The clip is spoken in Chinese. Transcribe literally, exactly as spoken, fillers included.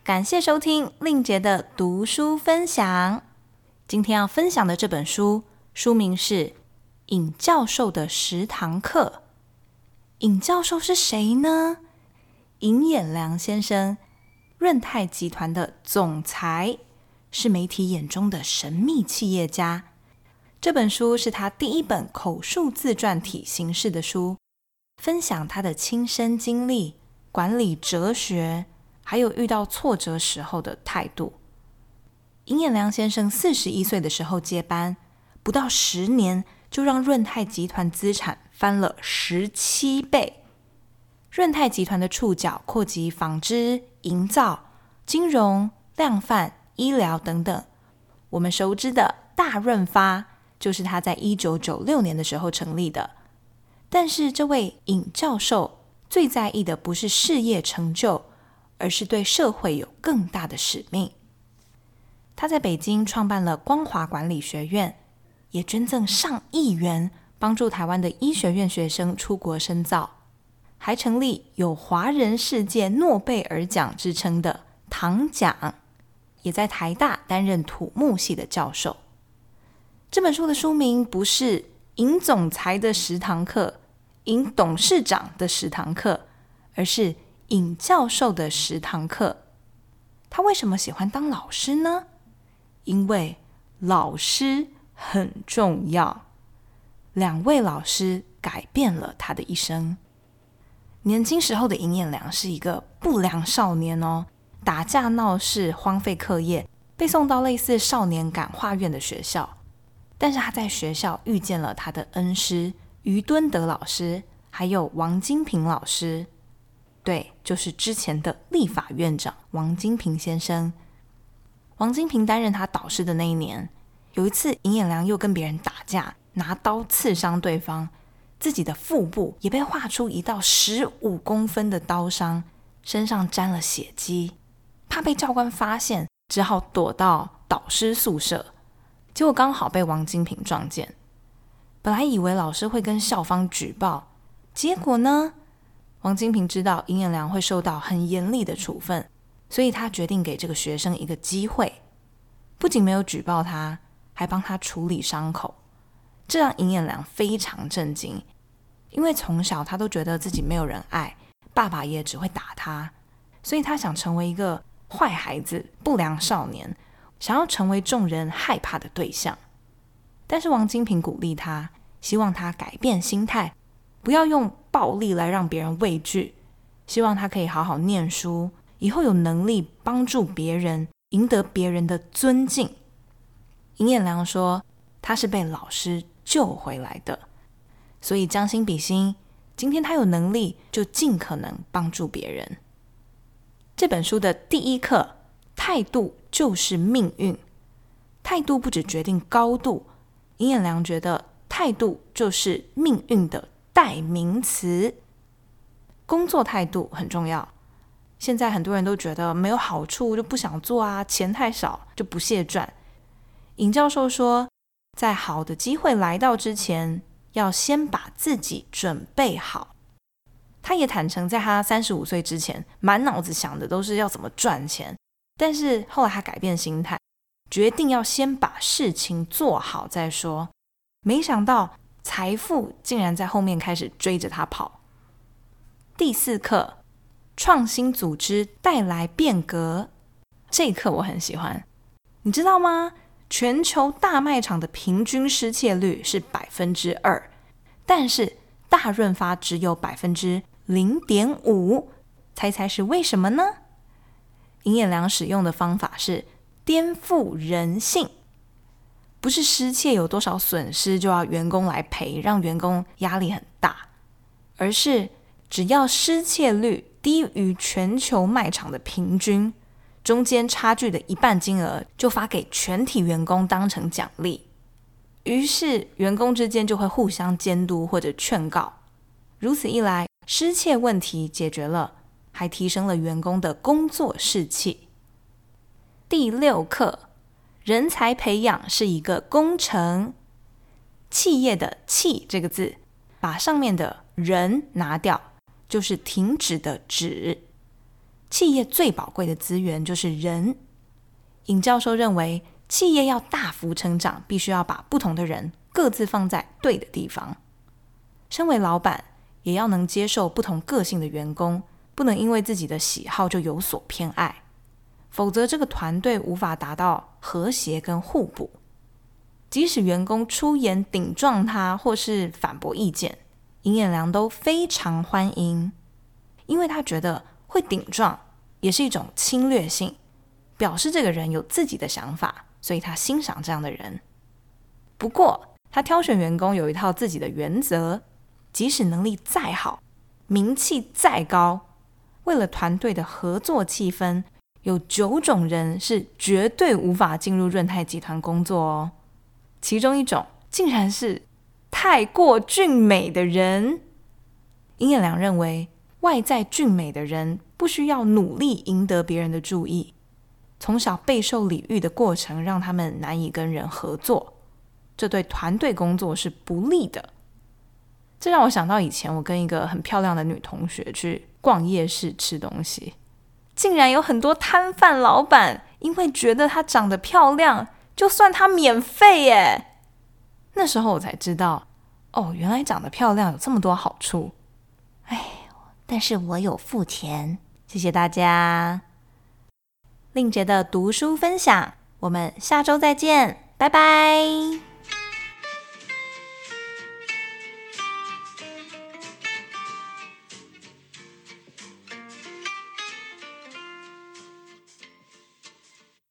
感谢收听令杰的读书分享。今天要分享的这本书，书名是尹教授的十堂课。尹教授是谁呢？尹衍梁先生，润泰集团的总裁，是媒体眼中的神秘企业家。这本书是他第一本口述自传体形式的书，分享他的亲身经历、管理哲学，还有遇到挫折时候的态度。尹衍梁先生四十一岁的时候接班，不到十年就让润泰集团资产翻了十七倍。润泰集团的触角扩及纺织、营造、金融、量贩、医疗等等。我们熟知的大润发就是他在一九九六年的时候成立的。但是这位尹教授最在意的不是事业成就，而是对社会有更大的使命。他在北京创办了光华管理学院，也捐赠上亿元帮助台湾的医学院学生出国深造，还成立有华人世界诺贝尔奖之称的唐奖，也在台大担任土木系的教授。这本书的书名不是尹总裁的十堂课，尹董事长的十堂课，而是尹教授的十堂课。他为什么喜欢当老师呢？因为老师很重要。两位老师改变了他的一生。年轻时候的尹衍梁是一个不良少年哦，打架闹事，荒废课业，被送到类似少年感化院的学校。但是他在学校遇见了他的恩师于敦德老师，还有王金平老师。对，就是之前的立法院长王金平先生。王金平担任他导师的那一年，有一次尹衍梁又跟别人打架，拿刀刺伤对方，自己的腹部也被划出一道十五公分的刀伤，身上沾了血迹。怕被教官发现，只好躲到导师宿舍，结果刚好被王金平撞见。本来以为老师会跟校方举报，结果呢，王金平知道尹衍梁会受到很严厉的处分，所以他决定给这个学生一个机会，不仅没有举报他，还帮他处理伤口。这让尹衍梁非常震惊，因为从小他都觉得自己没有人爱，爸爸也只会打他，所以他想成为一个坏孩子、不良少年，想要成为众人害怕的对象。但是王金平鼓励他，希望他改变心态，不要用暴力来让别人畏惧，希望他可以好好念书，以后有能力帮助别人，赢得别人的尊敬。尹衍梁说，他是被老师救回来的，所以将心比心，今天他有能力就尽可能帮助别人。这本书的第一课，态度就是命运。态度不只决定高度，尹衍梁觉得态度就是命运的代名词。工作态度很重要，现在很多人都觉得没有好处就不想做啊，钱太少就不屑赚。尹教授说，在好的机会来到之前，要先把自己准备好。他也坦诚，在他三十五岁之前，满脑子想的都是要怎么赚钱，但是后来他改变心态，决定要先把事情做好再说。没想到财富竟然在后面开始追着他跑。第四课，创新组织带来变革。这一课我很喜欢。你知道吗？全球大卖场的平均失窃率是百分之二，但是大润发只有百分之零点五。猜猜是为什么呢？尹衍梁使用的方法是颠覆人性，不是失窃有多少损失就要员工来赔，让员工压力很大，而是只要失窃率低于全球卖场的平均，中间差距的一半金额就发给全体员工当成奖励。于是员工之间就会互相监督或者劝告，如此一来，失窃问题解决了，还提升了员工的工作士气。第六课，人才培养是一个工程。企业的企这个字，把上面的人拿掉，就是停止的止。 企业最宝贵的资源就是人。尹教授认为，企业要大幅成长，必须要把不同的人各自放在对的地方。身为老板，也要能接受不同个性的员工，不能因为自己的喜好就有所偏爱，否则这个团队无法达到和谐跟互补。即使员工出言顶撞他或是反驳意见，尹衍良都非常欢迎，因为他觉得会顶撞也是一种侵略性，表示这个人有自己的想法，所以他欣赏这样的人。不过他挑选员工有一套自己的原则，即使能力再好，名气再高，为了团队的合作气氛，有九种人是绝对无法进入润泰集团工作哦。其中一种竟然是太过俊美的人。尹衍良认为，外在俊美的人不需要努力赢得别人的注意，从小备受礼遇的过程让他们难以跟人合作，这对团队工作是不利的。这让我想到以前我跟一个很漂亮的女同学去逛夜市吃东西，竟然有很多摊贩老板因为觉得她长得漂亮，就算她免费耶。那时候我才知道，哦，原来长得漂亮有这么多好处。哎，但是我有付钱。谢谢大家。令杰的读书分享，我们下周再见，拜拜。